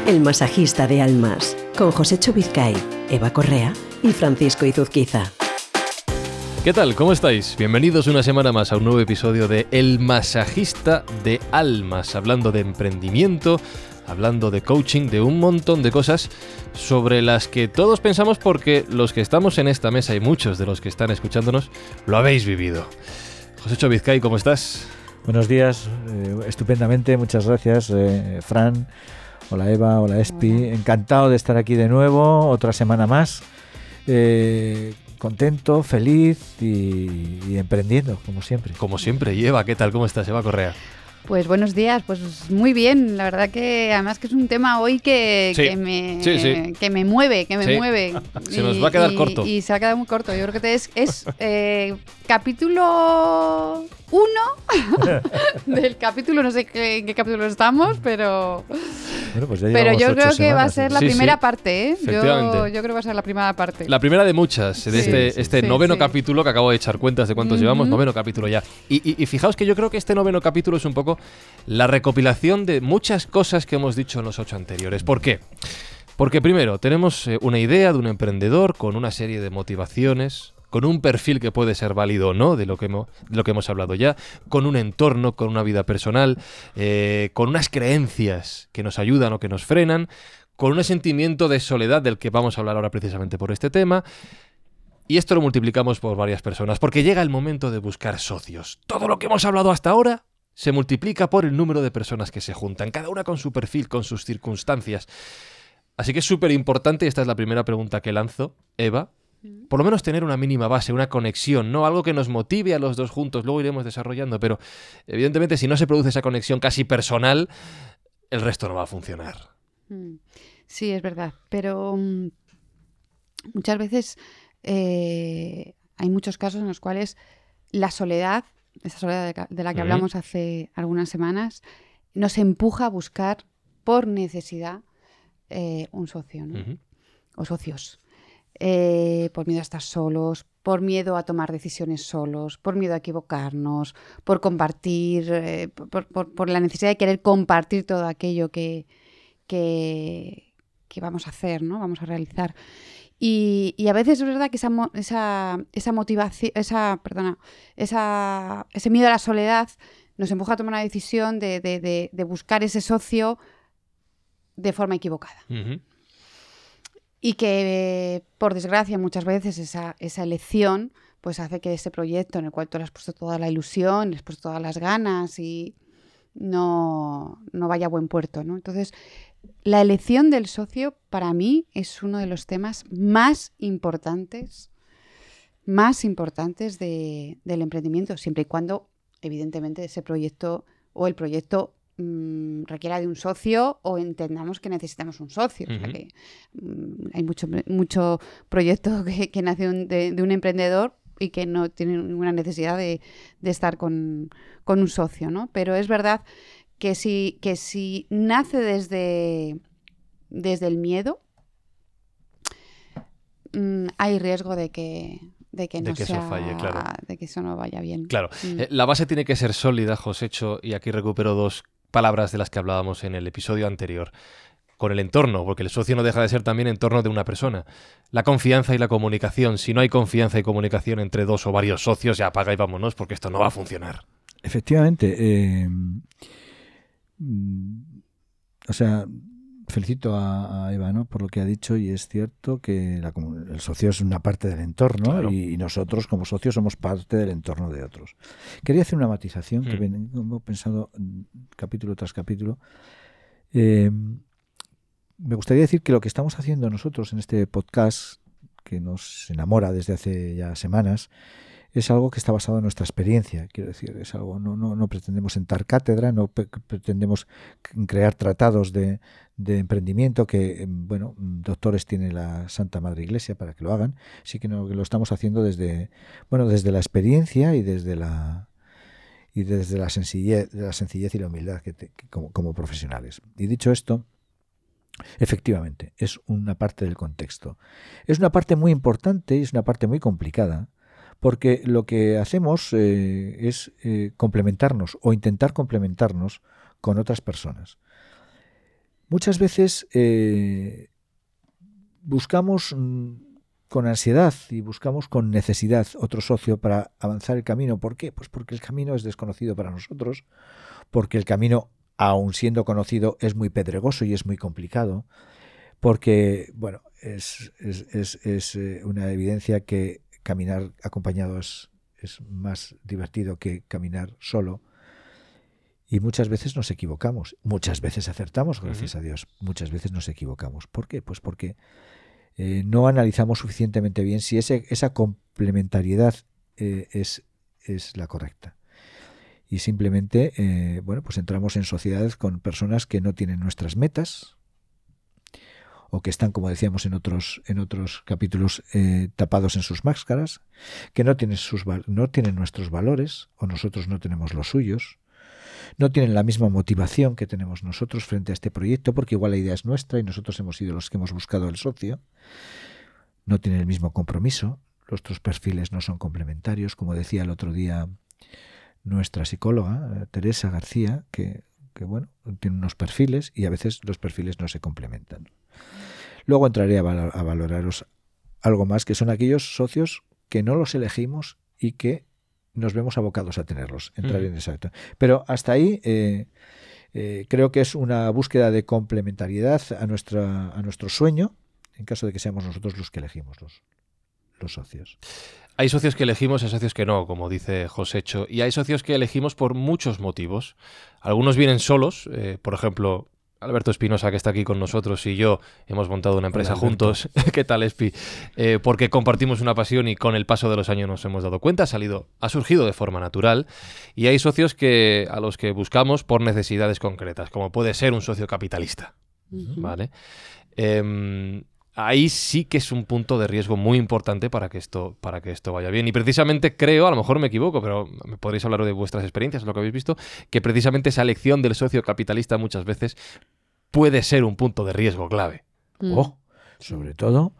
El masajista de almas, con Josécho Vizcay, Eva Correa y Francisco Izuzquiza. ¿Qué tal? ¿Cómo estáis? Bienvenidos una semana más a un nuevo episodio de El masajista de almas, hablando de emprendimiento, hablando de coaching, de un montón de cosas sobre las que todos pensamos porque los que estamos en esta mesa y muchos de los que están escuchándonos lo habéis vivido. Josécho Vizcay, ¿cómo estás? Buenos días, estupendamente, muchas gracias, Fran. Hola Eva, hola Espi, encantado de estar aquí de nuevo, otra semana más, contento, feliz y emprendiendo, como siempre. Como siempre. Y Eva, ¿qué tal? ¿Cómo estás, Eva Correa? Pues buenos días, pues muy bien, la verdad que además que es un tema hoy que me mueve, Se nos va a quedar corto. Y se ha quedado muy corto, yo creo que es capítulo 1 del capítulo, no sé en qué capítulo estamos, pero... Bueno, pues pero yo creo que va a ser la primera parte, ¿eh? Efectivamente. Yo creo que va a ser la primera parte. La primera de muchas, de este noveno capítulo, que acabo de echar cuentas de cuántos llevamos, noveno capítulo ya. Y fijaos que yo creo que este noveno capítulo es un poco la recopilación de muchas cosas que hemos dicho en los 8 anteriores. ¿Por qué? Porque primero, tenemos una idea de un emprendedor con una serie de motivaciones, con un perfil que puede ser válido o no, de lo que hemos hablado ya, con un entorno, con una vida personal, con unas creencias que nos ayudan o que nos frenan, con un sentimiento de soledad del que vamos a hablar ahora precisamente por este tema. Y esto lo multiplicamos por varias personas, porque llega el momento de buscar socios. Todo lo que hemos hablado hasta ahora se multiplica por el número de personas que se juntan, cada una con su perfil, con sus circunstancias. Así que es súper importante, y esta es la primera pregunta que lanzo, Eva, por lo menos tener una mínima base, una conexión, ¿no? Algo que nos motive a los dos juntos, luego iremos desarrollando, pero evidentemente si no se produce esa conexión casi personal, el resto no va a funcionar. Sí, es verdad, pero muchas veces hay muchos casos en los cuales la soledad, esa soledad de la que hablamos hace algunas semanas, nos empuja a buscar por necesidad un socio, ¿no? O socios. Por miedo a estar solos, por miedo a tomar decisiones solos, por miedo a equivocarnos, por compartir, por la necesidad de querer compartir todo aquello que vamos a hacer, ¿no? Vamos a realizar. Y a veces es verdad que esa motivación, ese miedo a la soledad nos empuja a tomar una decisión de buscar ese socio de forma equivocada. Y que, por desgracia, muchas veces esa elección pues hace que ese proyecto en el cual tú le has puesto toda la ilusión, le has puesto todas las ganas y no vaya a buen puerto, ¿no? Entonces, la elección del socio para mí es uno de los temas más importantes del emprendimiento, siempre y cuando, evidentemente, ese proyecto o el proyecto requiera de un socio o entendamos que necesitamos un socio. O sea que hay mucho proyecto que nace de un emprendedor y que no tiene ninguna necesidad de estar con un socio, ¿no? Pero es verdad que si nace desde el miedo, hay riesgo de que eso falle, claro. De que eso no vaya bien. Claro. La base tiene que ser sólida, Josécho, y aquí recupero dos palabras de las que hablábamos en el episodio anterior. Con el entorno, porque el socio no deja de ser también entorno de una persona. La confianza y la comunicación. Si no hay confianza y comunicación entre dos o varios socios, ya apaga y vámonos, porque esto no va a funcionar. Efectivamente. Felicito a Eva, ¿no?, por lo que ha dicho, y es cierto que el socio es una parte del entorno, claro, y nosotros como socios somos parte del entorno de otros. Quería hacer una matización que hemos pensado capítulo tras capítulo. Me gustaría decir que lo que estamos haciendo nosotros en este podcast, que nos enamora desde hace ya semanas, es algo que está basado en nuestra experiencia. Quiero decir, es algo, no pretendemos sentar cátedra, no pretendemos crear tratados de emprendimiento que, doctores tiene la Santa Madre Iglesia para que lo hagan, sí que lo estamos haciendo desde la experiencia y desde la sencillez y la humildad como profesionales. Y dicho esto, efectivamente, es una parte del contexto. Es una parte muy importante y es una parte muy complicada, porque lo que hacemos es complementarnos o intentar complementarnos con otras personas. muchas veces buscamos con ansiedad y buscamos con necesidad otro socio para avanzar el camino. ¿Por qué? Pues porque el camino es desconocido para nosotros, porque el camino, aun siendo conocido, es muy pedregoso y es muy complicado, porque, bueno, es una evidencia que caminar acompañado es más divertido que caminar solo. Y muchas veces nos equivocamos, muchas veces acertamos, gracias a Dios, muchas veces nos equivocamos. ¿Por qué? Pues porque no analizamos suficientemente bien si esa complementariedad es la correcta. Y simplemente, pues entramos en sociedades con personas que no tienen nuestras metas, o que están, como decíamos en otros capítulos, tapados en sus máscaras, que no tienen nuestros valores, o nosotros no tenemos los suyos, no tienen la misma motivación que tenemos nosotros frente a este proyecto, porque igual la idea es nuestra y nosotros hemos sido los que hemos buscado el socio. No tienen el mismo compromiso, nuestros perfiles no son complementarios, como decía el otro día nuestra psicóloga, Teresa García, que tiene unos perfiles y a veces los perfiles no se complementan. Luego entraré a valoraros algo más, que son aquellos socios que no los elegimos y que nos vemos abocados a tenerlos. Entrar en exacto. Pero hasta ahí creo que es una búsqueda de complementariedad a nuestro sueño, en caso de que seamos nosotros los que elegimos los socios. Hay socios que elegimos y hay socios que no, como dice Josécho, y hay socios que elegimos por muchos motivos. Algunos vienen solos, por ejemplo, Alberto Espinosa, que está aquí con nosotros, y yo hemos montado una empresa juntos. ¿Qué tal, Espi? Porque compartimos una pasión y con el paso de los años nos hemos dado cuenta, ha surgido de forma natural. Y hay socios a los que buscamos por necesidades concretas, como puede ser un socio capitalista. ¿Vale? Ahí sí que es un punto de riesgo muy importante para que esto vaya bien. Y precisamente creo, a lo mejor me equivoco, pero me podréis hablar de vuestras experiencias, lo que habéis visto, que precisamente esa elección del socio capitalista muchas veces puede ser un punto de riesgo clave. Sobre todo,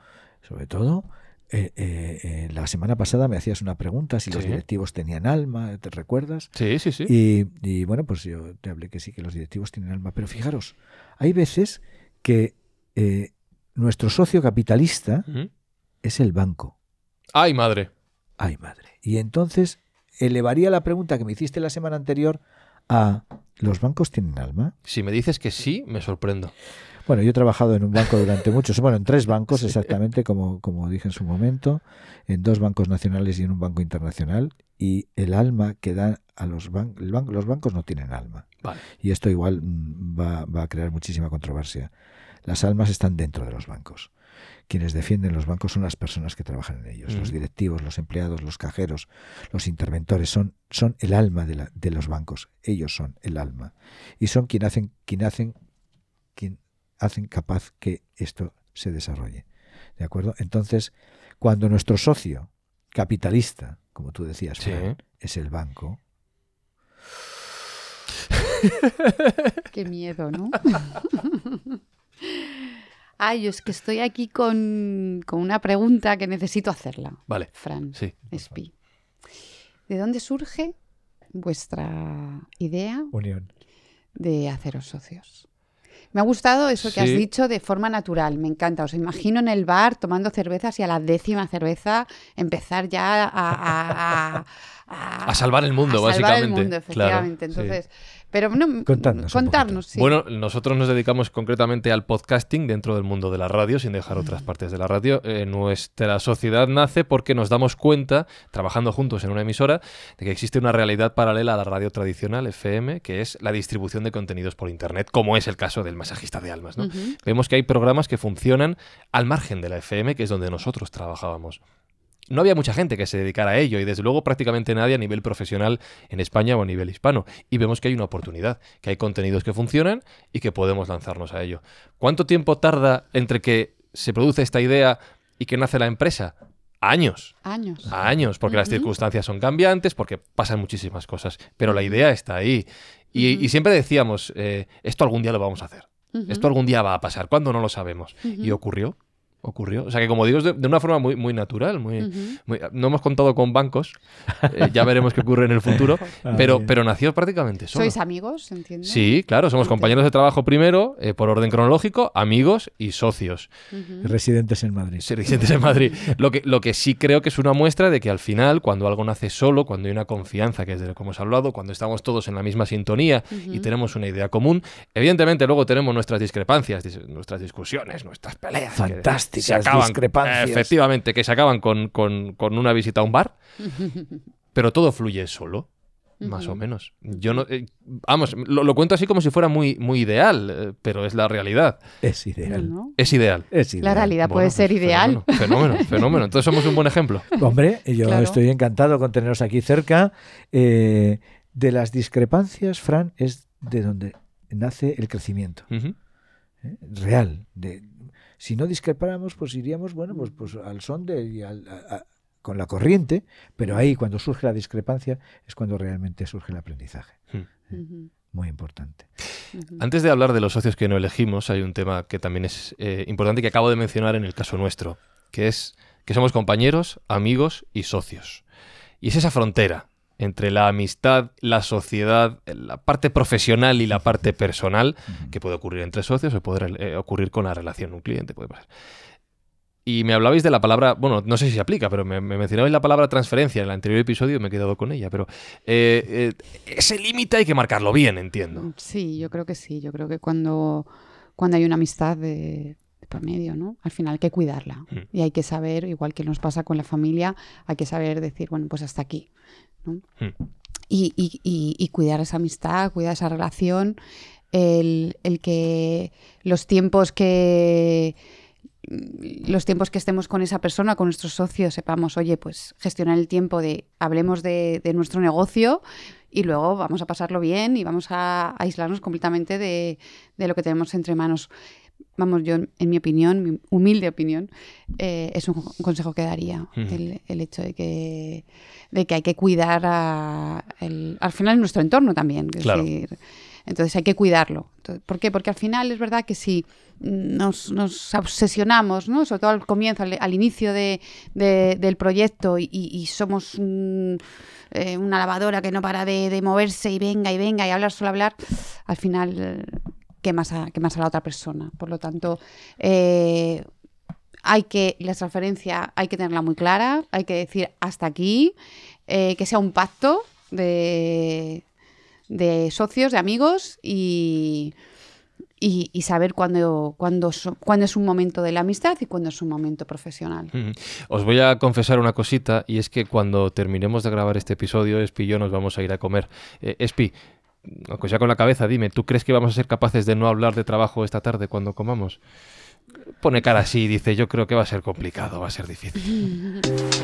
la semana pasada me hacías una pregunta si los directivos tenían alma, ¿te recuerdas? Sí. Y bueno, pues yo te hablé que sí, que los directivos tienen alma. Pero fijaros, hay veces que nuestro socio capitalista es el banco. ¡Ay, madre! ¡Ay, madre! Y entonces elevaría la pregunta que me hiciste la semana anterior a ¿los bancos tienen alma? Si me dices que sí, me sorprendo. Bueno, yo he trabajado en un banco durante en 3 bancos exactamente, como dije en su momento, en 2 bancos nacionales y en un banco internacional, y el alma que dan a los bancos no tienen alma. Vale. Y esto igual va a crear muchísima controversia. Las almas están dentro de los bancos. Quienes defienden los bancos son las personas que trabajan en ellos. Los directivos, los empleados, los cajeros, los interventores son el alma de los bancos. Ellos son el alma. Y son quien hacen capaz que esto se desarrolle. ¿De acuerdo? Entonces, cuando nuestro socio capitalista, como tú decías, Fran, es el banco... Qué miedo, ¿no? Ay, yo es que estoy aquí con una pregunta que necesito hacerla. Vale. Fran, sí. Espi. ¿De dónde surge vuestra idea de haceros socios? Me ha gustado eso que has dicho de forma natural, me encanta. Os imagino en el bar tomando cervezas y a la 10ª cerveza empezar ya a salvar el mundo, básicamente. A salvar el mundo, efectivamente. Claro, entonces, pero no, contarnos. Sí. Bueno, nosotros nos dedicamos concretamente al podcasting dentro del mundo de la radio, sin dejar otras partes de la radio. Nuestra sociedad nace porque nos damos cuenta, trabajando juntos en una emisora, de que existe una realidad paralela a la radio tradicional, FM, que es la distribución de contenidos por Internet, como es el caso del Masajista de Almas, ¿no? Vemos que hay programas que funcionan al margen de la FM, que es donde nosotros trabajábamos. No había mucha gente que se dedicara a ello y desde luego prácticamente nadie a nivel profesional en España o a nivel hispano. Y vemos que hay una oportunidad, que hay contenidos que funcionan y que podemos lanzarnos a ello. ¿Cuánto tiempo tarda entre que se produce esta idea y que nace la empresa? Años, porque las circunstancias son cambiantes, porque pasan muchísimas cosas, pero la idea está ahí. Y siempre decíamos, esto algún día lo vamos a hacer, esto algún día va a pasar, ¿cuándo? No lo sabemos. Y ocurrió. ocurrió. O sea que, como digo, es de una forma muy, muy natural. No hemos contado con bancos, ya veremos qué ocurre en el futuro, pero nació prácticamente solo. ¿Sois amigos, entiendo? Sí, claro, somos compañeros de trabajo primero, por orden cronológico, amigos y socios. Residentes en Madrid. Sí, residentes en Madrid. Lo que sí creo que es una muestra de que al final, cuando algo nace solo, cuando hay una confianza, que es de lo que hemos hablado, cuando estamos todos en la misma sintonía y tenemos una idea común, evidentemente luego tenemos nuestras discrepancias, nuestras discusiones, nuestras peleas. Fantásticas discrepancias. Efectivamente, que se acaban con una visita a un bar, pero todo fluye solo. Más o menos. Yo no, vamos, lo cuento así como si fuera muy, muy ideal, pero es la realidad. Es ideal. ¿No? Es ideal. La realidad puede ser ideal. Fenómeno. Entonces somos un buen ejemplo. Hombre, yo estoy encantado con teneros aquí cerca. De las discrepancias, Fran, es de donde nace el crecimiento. Real. Si no discrepáramos, pues iríamos, pues al son con la corriente, pero ahí cuando surge la discrepancia es cuando realmente surge el aprendizaje. Muy importante. Antes de hablar de los socios que no elegimos, hay un tema que también es importante que acabo de mencionar en el caso nuestro, que es que somos compañeros, amigos y socios. Y es esa frontera entre la amistad, la sociedad, la parte profesional y la parte personal, que puede ocurrir entre socios o puede ocurrir con la relación, un cliente puede pasar. Y me hablabais de la palabra, bueno, no sé si se aplica, pero me mencionabais la palabra transferencia en el anterior episodio y me he quedado con ella, pero ese límite hay que marcarlo bien, entiendo. Sí, yo creo que sí. Yo creo que cuando hay una amistad de por medio, ¿no? Al final hay que cuidarla. Y hay que saber, igual que nos pasa con la familia, hay que saber decir, bueno, pues hasta aquí, ¿no? Y cuidar esa amistad, cuidar esa relación, el que los tiempos que estemos con esa persona, con nuestros socios, sepamos, oye, pues gestionar el tiempo hablemos de nuestro negocio y luego vamos a pasarlo bien y vamos a aislarnos completamente de lo que tenemos entre manos. Vamos, yo, en mi opinión, mi humilde opinión, es un consejo que daría, el hecho de que hay que cuidar al final nuestro entorno también. Es decir, entonces hay que cuidarlo. ¿Por qué? Porque al final es verdad que si nos obsesionamos, ¿no? Sobre todo al comienzo, al inicio del proyecto y somos una lavadora que no para de moverse y venga y hablar, solo hablar, al final quemas a la otra persona. Por lo tanto, la transferencia hay que tenerla muy clara, hay que decir hasta aquí, que sea un pacto de socios, de amigos y saber cuándo es un momento de la amistad y cuándo es un momento profesional. Os voy a confesar una cosita, y es que cuando terminemos de grabar este episodio, Espi y yo nos vamos a ir a comer. Espi, aunque sea con la cabeza, dime, ¿tú crees que vamos a ser capaces de no hablar de trabajo esta tarde cuando comamos? Pone cara así y dice, yo creo que va a ser complicado, va a ser difícil.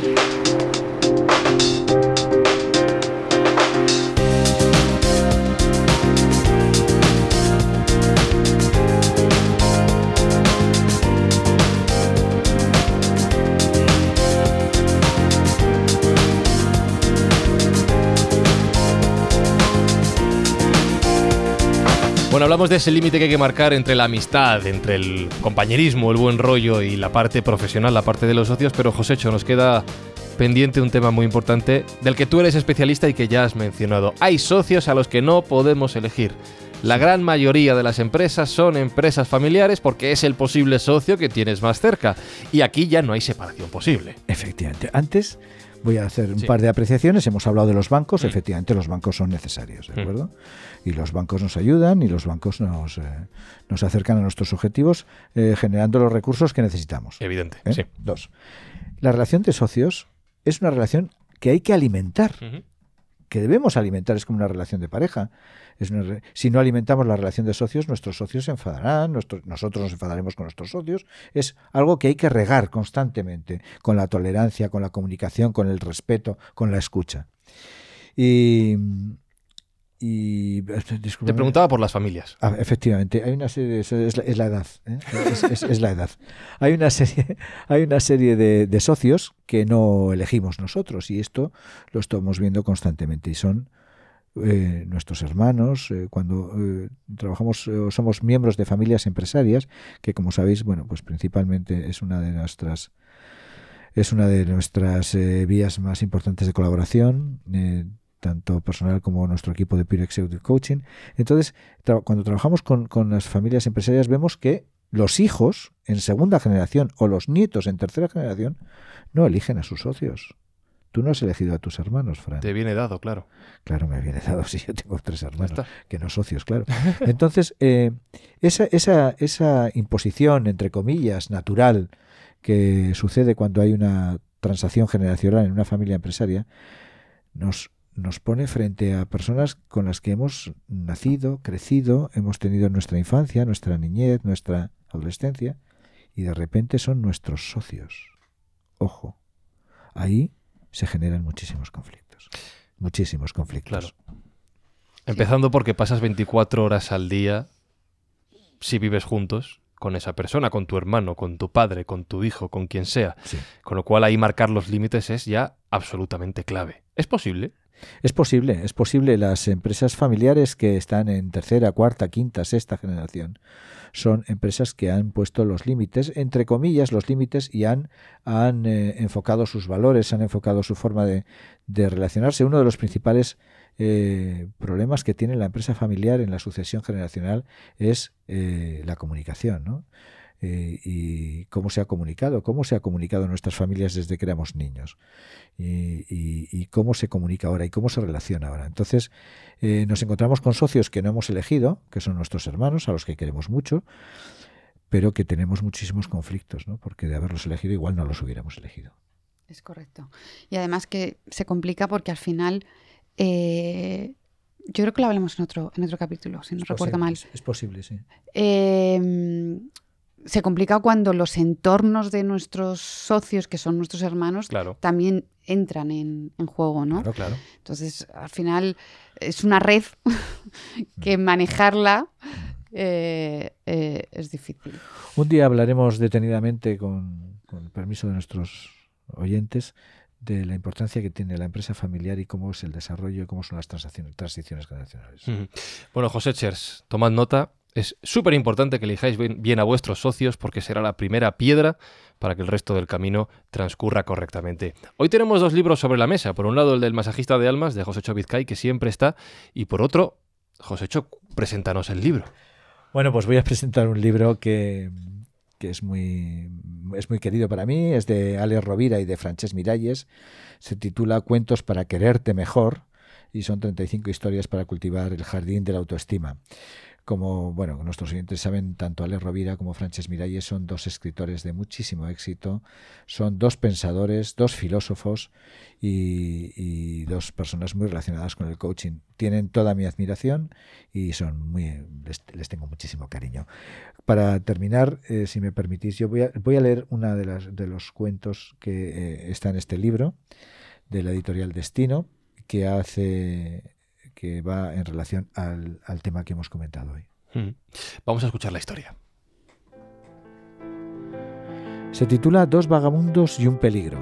Bueno, hablamos de ese límite que hay que marcar entre la amistad, entre el compañerismo, el buen rollo y la parte profesional, la parte de los socios, pero Josécho, nos queda pendiente un tema muy importante del que tú eres especialista y que ya has mencionado. Hay socios a los que no podemos elegir. La gran mayoría de las empresas son empresas familiares porque es el posible socio que tienes más cerca. Y aquí ya no hay separación posible. Efectivamente. Antes voy a hacer un par de apreciaciones. Hemos hablado de los bancos. Efectivamente, los bancos son necesarios, ¿de acuerdo? Y los bancos nos ayudan y los bancos nos acercan a nuestros objetivos generando los recursos que necesitamos. Evidente, sí. 2. La relación de socios es una relación que hay que alimentar, que debemos alimentar. Es como una relación de pareja. Si no alimentamos la relación de socios, nuestros socios se enfadarán, nosotros nos enfadaremos con nuestros socios. Es algo que hay que regar constantemente, con la tolerancia, con la comunicación, con el respeto, con la escucha. Y te preguntaba por las familias. Efectivamente, hay una serie es la edad, ¿eh? es la edad. Hay una serie de socios que no elegimos nosotros y esto lo estamos viendo constantemente y son nuestros hermanos, cuando trabajamos o somos miembros de familias empresarias, que como sabéis, bueno, pues principalmente es una de nuestras vías más importantes de colaboración, tanto personal como nuestro equipo de Peer Executive Coaching. Entonces, cuando trabajamos con las familias empresarias, vemos que los hijos en segunda generación o los nietos en tercera generación no eligen a sus socios. Tú no has elegido a tus hermanos, Fran. Te viene dado, claro. Claro, me viene dado. Sí, yo tengo 3 hermanos, que no socios, claro. Entonces, esa imposición, entre comillas, natural, que sucede cuando hay una transacción generacional en una familia empresaria, nos pone frente a personas con las que hemos nacido, crecido, hemos tenido nuestra infancia, nuestra niñez, nuestra adolescencia, y de repente son nuestros socios. Ojo, ahí se generan muchísimos conflictos. Muchísimos conflictos. Claro. Empezando porque pasas 24 horas al día, si vives juntos, con esa persona, con tu hermano, con tu padre, con tu hijo, con quien sea. Sí. Con lo cual ahí marcar los límites es ya absolutamente clave. ¿Es posible? Es posible. Las empresas familiares que están en tercera, cuarta, quinta, sexta generación son empresas que han puesto los límites, entre comillas, los límites, y han enfocado sus valores, han enfocado su forma de relacionarse. Uno de los principales problemas que tiene la empresa familiar en la sucesión generacional es la comunicación, ¿no? Y cómo se ha comunicado nuestras familias desde que éramos niños, y cómo se comunica ahora y cómo se relaciona ahora. Entonces nos encontramos con socios que no hemos elegido, que son nuestros hermanos, a los que queremos mucho, pero que tenemos muchísimos conflictos, ¿no? Porque de haberlos elegido igual no los hubiéramos elegido. Es correcto. Y además que se complica porque al final yo creo que lo hablamos en otro capítulo, si no recuerdo mal. Es posible, sí. Se complica cuando los entornos de nuestros socios, que son nuestros hermanos, claro, también entran en juego, ¿no? Claro. Entonces, al final, es una red que manejarla es difícil. Un día hablaremos detenidamente, con el permiso de nuestros oyentes, de la importancia que tiene la empresa familiar y cómo es el desarrollo y cómo son las transiciones generacionales. Bueno, José Chers, tomad nota. Es súper importante que elijáis bien a vuestros socios, porque será la primera piedra para que el resto del camino transcurra correctamente. Hoy tenemos 2 libros sobre la mesa. Por un lado, el del masajista de almas, de Josécho Vizcay, que siempre está. Y por otro, Josécho, preséntanos el libro. Bueno, pues voy a presentar un libro que es muy querido para mí. Es de Alex Rovira y de Francesc Miralles. Se titula Cuentos para quererte mejor, y son 35 historias para cultivar el jardín de la autoestima. Como nuestros oyentes saben, tanto Alex Rovira como Francesc Miralles son 2 escritores de muchísimo éxito, son 2 pensadores, 2 filósofos y 2 personas muy relacionadas con el coaching. Tienen toda mi admiración y les tengo muchísimo cariño. Para terminar, si me permitís, yo voy a leer una de los cuentos que está en este libro de la editorial Destino, que va en relación al tema que hemos comentado hoy. Vamos a escuchar la historia. Se titula 2 vagabundos y un peligro.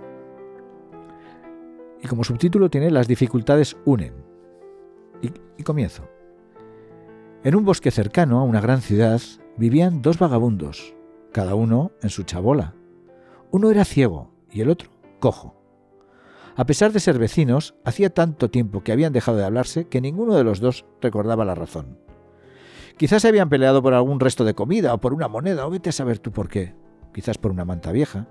Y como subtítulo tiene Las dificultades unen. Y comienzo. En un bosque cercano a una gran ciudad vivían 2 vagabundos, cada uno en su chabola. Uno era ciego y el otro cojo. A pesar de ser vecinos, hacía tanto tiempo que habían dejado de hablarse que ninguno de los 2 recordaba la razón. Quizás se habían peleado por algún resto de comida o por una moneda, o vete a saber tú por qué. Quizás por una manta vieja.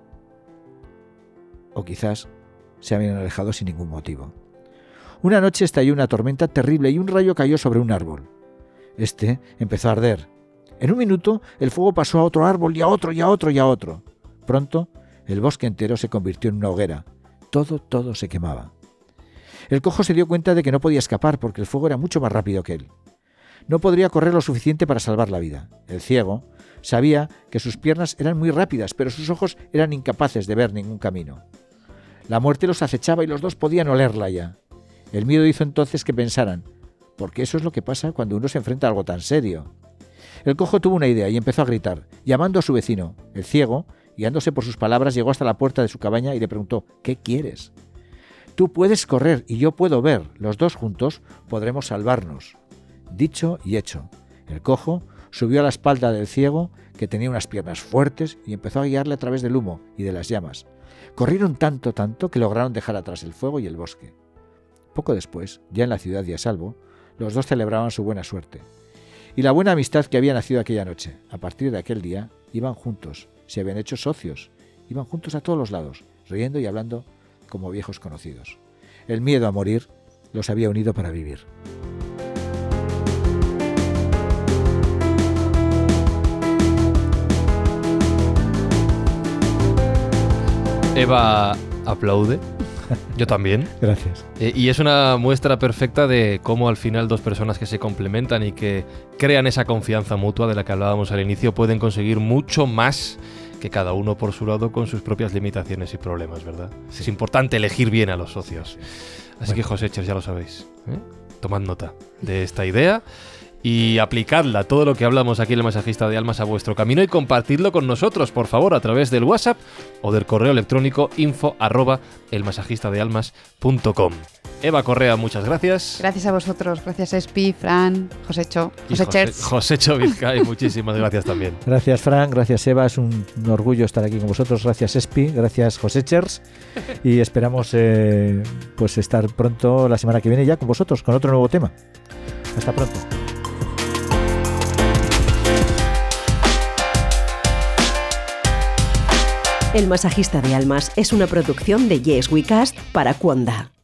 O quizás se habían alejado sin ningún motivo. Una noche estalló una tormenta terrible y un rayo cayó sobre un árbol. Este empezó a arder. En un minuto el fuego pasó a otro árbol y a otro y a otro y a otro. Pronto el bosque entero se convirtió en una hoguera. Todo se quemaba. El cojo se dio cuenta de que no podía escapar porque el fuego era mucho más rápido que él. No podría correr lo suficiente para salvar la vida. El ciego sabía que sus piernas eran muy rápidas, pero sus ojos eran incapaces de ver ningún camino. La muerte los acechaba y los 2 podían olerla ya. El miedo hizo entonces que pensaran, porque eso es lo que pasa cuando uno se enfrenta a algo tan serio. El cojo tuvo una idea y empezó a gritar, llamando a su vecino. El ciego, guiándose por sus palabras, llegó hasta la puerta de su cabaña y le preguntó, ¿qué quieres? Tú puedes correr y yo puedo ver. Los dos juntos podremos salvarnos. Dicho y hecho. El cojo subió a la espalda del ciego, que tenía unas piernas fuertes, y empezó a guiarle a través del humo y de las llamas. Corrieron tanto que lograron dejar atrás el fuego y el bosque. Poco después, ya en la ciudad y a salvo, los dos celebraban su buena suerte y la buena amistad que había nacido aquella noche. A partir de aquel día, iban juntos, se habían hecho socios, iban juntos a todos los lados, riendo y hablando como viejos conocidos. El miedo a morir los había unido para vivir. Eva aplaude. Yo también. Gracias. Y es una muestra perfecta de cómo al final dos personas que se complementan y que crean esa confianza mutua de la que hablábamos al inicio pueden conseguir mucho más que cada uno por su lado con sus propias limitaciones y problemas, ¿verdad? Sí. Es importante elegir bien a los socios. Así que, Joséchers, ya lo sabéis, ¿eh? Tomad nota de esta idea y aplicadla, todo lo que hablamos aquí en El Masajista de Almas, a vuestro camino, y compartidlo con nosotros, por favor, a través del WhatsApp o del correo electrónico info@elmasajistadealmas.com. Eva Correa, muchas gracias. Gracias a vosotros, gracias Espi, Fran, Josécho, Joséchers. Josécho Vizcay, muchísimas gracias también. Gracias, Fran, gracias, Eva, es un orgullo estar aquí con vosotros. Gracias, Espi, gracias, Joséchers, y esperamos pues estar pronto la semana que viene ya con vosotros, con otro nuevo tema. Hasta pronto. El Masajista de Almas es una producción de Yes We Cast para Cuonda.